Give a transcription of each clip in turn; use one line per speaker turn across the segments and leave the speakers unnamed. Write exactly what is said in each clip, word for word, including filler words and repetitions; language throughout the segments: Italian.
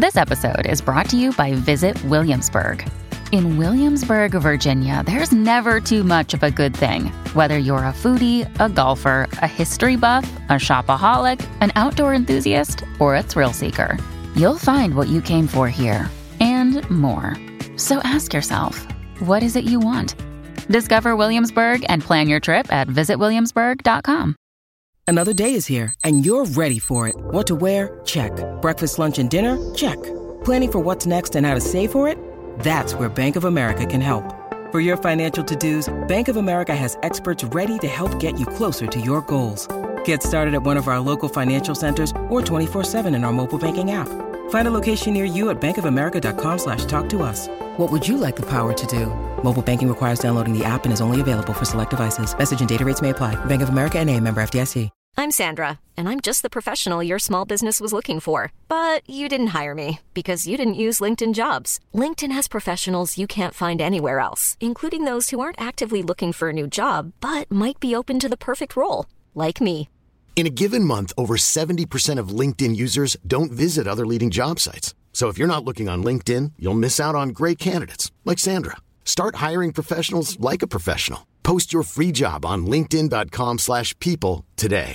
This episode is brought to you by Visit Williamsburg. In Williamsburg, Virginia, there's never too much of a good thing. Whether you're a foodie, a golfer, a history buff, a shopaholic, an outdoor enthusiast, or a thrill seeker, you'll find what you came for here and more. So ask yourself, what is it you want? Discover Williamsburg and plan your trip at visit williamsburg dot com.
Another day is here, and you're ready for it. What to wear? Check. Breakfast, lunch, and dinner? Check. Planning for what's next and how to save for it? That's where Bank of America can help. For your financial to-dos, Bank of America has experts ready to help get you closer to your goals. Get started at one of our local financial centers or twenty-four seven in our mobile banking app. Find a location near you at bankofamerica.com slash talk to us. What would you like the power to do? Mobile banking requires downloading the app and is only available for select devices. Message and data rates may apply. Bank of America N A, member F D I C.
I'm Sandra, and I'm just the professional your small business was looking for. But you didn't hire me because you didn't use LinkedIn Jobs. LinkedIn has professionals you can't find anywhere else, including those who aren't actively looking for a new job, but might be open to the perfect role, like me.
In a given month, over seventy percent of LinkedIn users don't visit other leading job sites. So if you're not looking on LinkedIn, you'll miss out on great candidates like Sandra. Start hiring professionals like a professional. Post your free job on linkedin.com slash people today.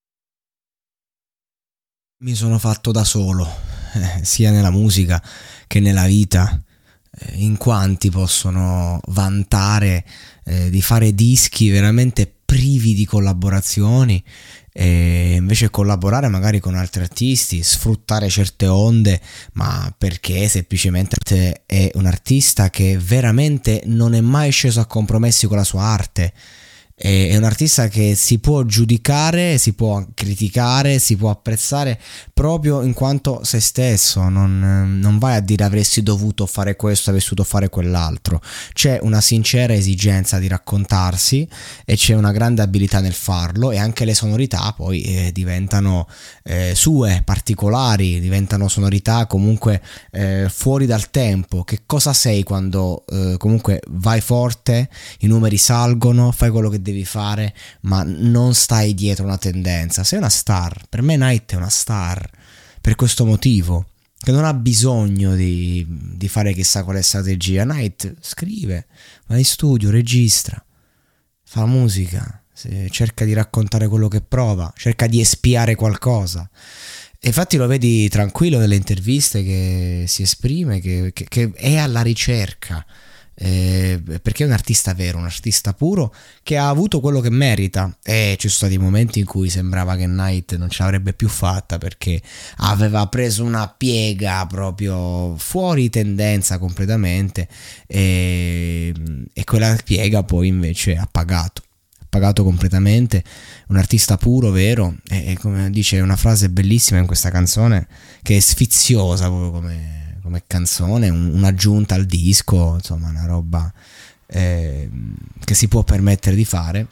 Mi sono fatto da solo, eh, sia nella musica che nella vita. Eh, in quanti possono vantare eh, di fare dischi veramente privi di collaborazioni e invece collaborare magari con altri artisti, sfruttare certe onde, ma perché semplicemente è un artista che veramente non è mai sceso a compromessi con la sua arte. È un artista che si può giudicare, si può criticare, si può apprezzare proprio in quanto se stesso. Non, non vai a dire avresti dovuto fare questo, avresti dovuto fare quell'altro. C'è una sincera esigenza di raccontarsi e c'è una grande abilità nel farlo, e anche le sonorità poi eh, diventano eh, sue, particolari, diventano sonorità comunque eh, fuori dal tempo. Che cosa sei quando eh, comunque vai forte, i numeri salgono, fai quello che devi fare, ma non stai dietro una tendenza. Sei una star. Per me Night è una star per questo motivo, che non ha bisogno di, di fare chissà quale strategia. Night scrive, va in studio, registra, fa musica, cerca di raccontare quello che prova, cerca di espiare qualcosa. E infatti lo vedi tranquillo nelle interviste che si esprime, che, che, che è alla ricerca. Eh, perché è un artista vero, un artista puro che ha avuto quello che merita. E ci sono stati momenti in cui sembrava che Night non ce l'avrebbe più fatta, perché aveva preso una piega proprio fuori tendenza completamente, e, e quella piega poi invece ha pagato ha pagato completamente. Un artista puro, vero, e, e come dice una frase bellissima in questa canzone, che è sfiziosa proprio come come canzone, un, un'aggiunta al disco, insomma una roba eh, che si può permettere di fare.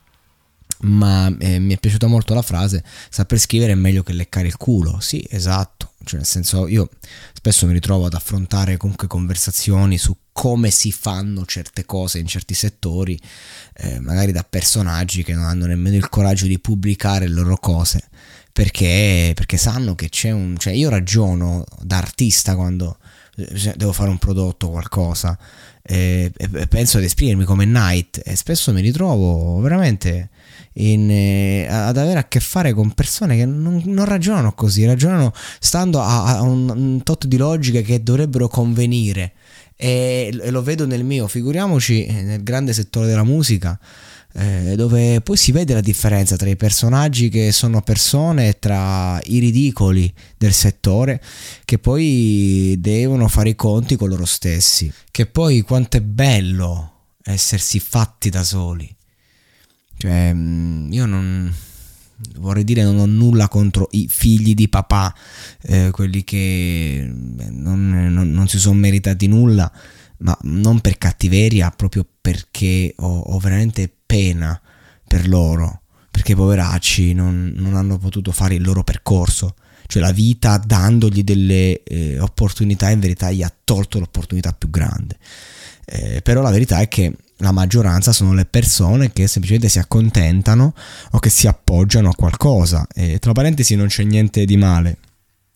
Ma eh, mi è piaciuta molto la frase: saper scrivere è meglio che leccare il culo. Sì, esatto, cioè nel senso, io spesso mi ritrovo ad affrontare comunque conversazioni su come si fanno certe cose in certi settori, eh, magari da personaggi che non hanno nemmeno il coraggio di pubblicare le loro cose, perché perché sanno che c'è un, cioè io ragiono da artista quando devo fare un prodotto o qualcosa, e, e penso ad esprimermi come Night, e spesso mi ritrovo veramente in, eh, ad avere a che fare con persone che non, non ragionano così, ragionano stando a, a un, un tot di logiche che dovrebbero convenire, e, e lo vedo nel mio, figuriamoci nel grande settore della musica, Eh, dove poi si vede la differenza tra i personaggi che sono persone e tra i ridicoli del settore, che poi devono fare i conti con loro stessi. Che poi quanto è bello essersi fatti da soli. Cioè, io non vorrei dire, non ho nulla contro i figli di papà, eh, quelli che non, non, non si sono meritati nulla, ma non per cattiveria, proprio perché ho, ho veramente pena per loro, perché poveracci non, non hanno potuto fare il loro percorso. Cioè la vita, dandogli delle eh, opportunità, in verità gli ha tolto l'opportunità più grande. Eh, però la verità è che la maggioranza sono le persone che semplicemente si accontentano o che si appoggiano a qualcosa, e tra parentesi non c'è niente di male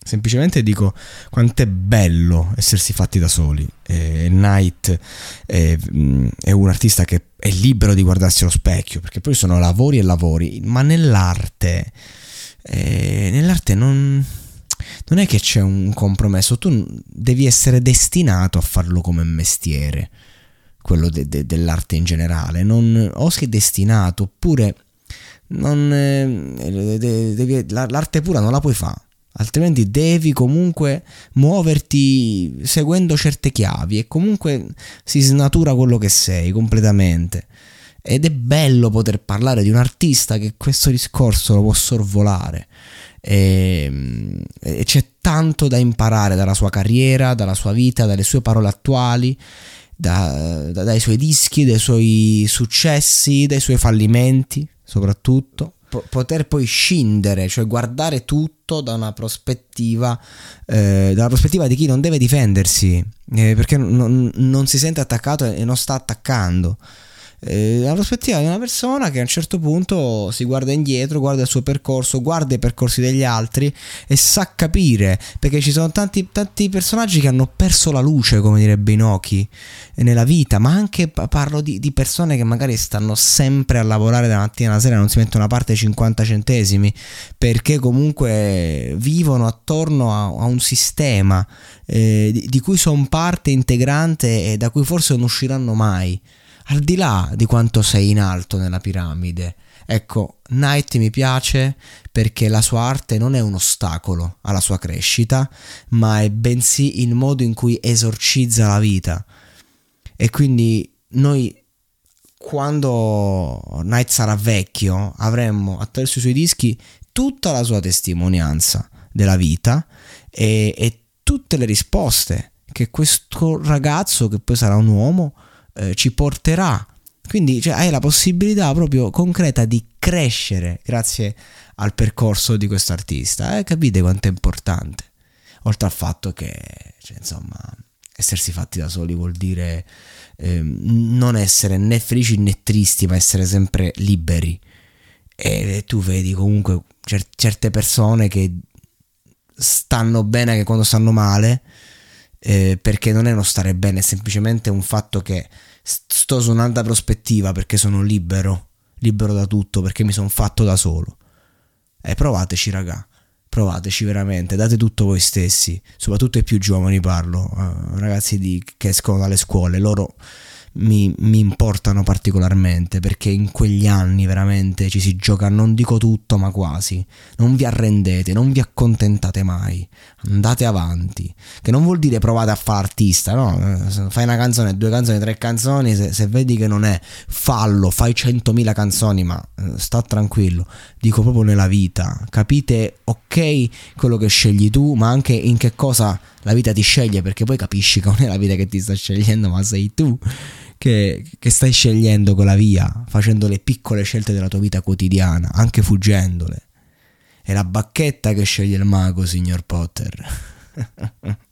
semplicemente dico quanto è bello essersi fatti da soli. eh, Night è, è un artista che è libero di guardarsi allo specchio, perché poi sono lavori e lavori, ma nell'arte eh, nell'arte non, non è che c'è un compromesso, tu devi essere destinato a farlo come mestiere, quello de, de, dell'arte in generale, non, o sei destinato oppure non, eh, devi, l'arte pura non la puoi fare, altrimenti devi comunque muoverti seguendo certe chiavi e comunque si snatura quello che sei completamente. Ed è bello poter parlare di un artista che questo discorso lo può sorvolare e, e c'è tanto da imparare dalla sua carriera, dalla sua vita, dalle sue parole attuali, da, da, dai suoi dischi, dai suoi successi, dai suoi fallimenti soprattutto. Poter poi scindere, cioè guardare tutto da una prospettiva eh, dalla prospettiva di chi non deve difendersi, eh, perché non, non si sente attaccato e non sta attaccando, eh, dalla prospettiva di una persona che a un certo punto si guarda indietro, guarda il suo percorso, guarda i percorsi degli altri e sa capire, perché ci sono tanti, tanti personaggi che hanno perso la luce, come direbbe Inoki, nella vita, ma anche parlo di, di persone che magari stanno sempre a lavorare da mattina alla sera, non si mettono a parte cinquanta centesimi, perché comunque vivono attorno a, a un sistema eh, di, di cui sono parte integrante e da cui forse non usciranno mai, al di là di quanto sei in alto nella piramide. Ecco, Night mi piace perché la sua arte non è un ostacolo alla sua crescita, ma è bensì il modo in cui esorcizza la vita. E quindi noi, quando Night sarà vecchio, avremo attraverso i suoi dischi tutta la sua testimonianza della vita e, e tutte le risposte che questo ragazzo, che poi sarà un uomo, eh, ci porterà. Quindi cioè, hai la possibilità proprio concreta di crescere grazie al percorso di questo artista. Eh, capite quanto è importante? Oltre al fatto che, cioè, insomma, essersi fatti da soli vuol dire eh, non essere né felici né tristi, ma essere sempre liberi. E tu vedi comunque cer- certe persone che stanno bene anche quando stanno male, eh, perché non è uno stare bene, è semplicemente un fatto che sto su un'altra prospettiva, perché sono libero, libero da tutto, perché mi sono fatto da solo. E eh, provateci, raga, provateci veramente, date tutto voi stessi, soprattutto ai più giovani parlo, uh, ragazzi di, che escono dalle scuole, loro mi, mi importano particolarmente, perché in quegli anni veramente ci si gioca, non dico tutto ma quasi. Non vi arrendete, non vi accontentate mai, andate avanti, che non vuol dire provate a fare artista, no, fai una canzone, due canzoni, tre canzoni, se, se vedi che non è, fallo, fai centomila canzoni, ma eh, sta tranquillo. Dico proprio nella vita, capite, ok, quello che scegli tu, ma anche in che cosa la vita ti sceglie, perché poi capisci che non è la vita che ti sta scegliendo, ma sei tu che, che stai scegliendo quella via, facendo le piccole scelte della tua vita quotidiana, anche fuggendole. È la bacchetta che sceglie il mago, signor Potter.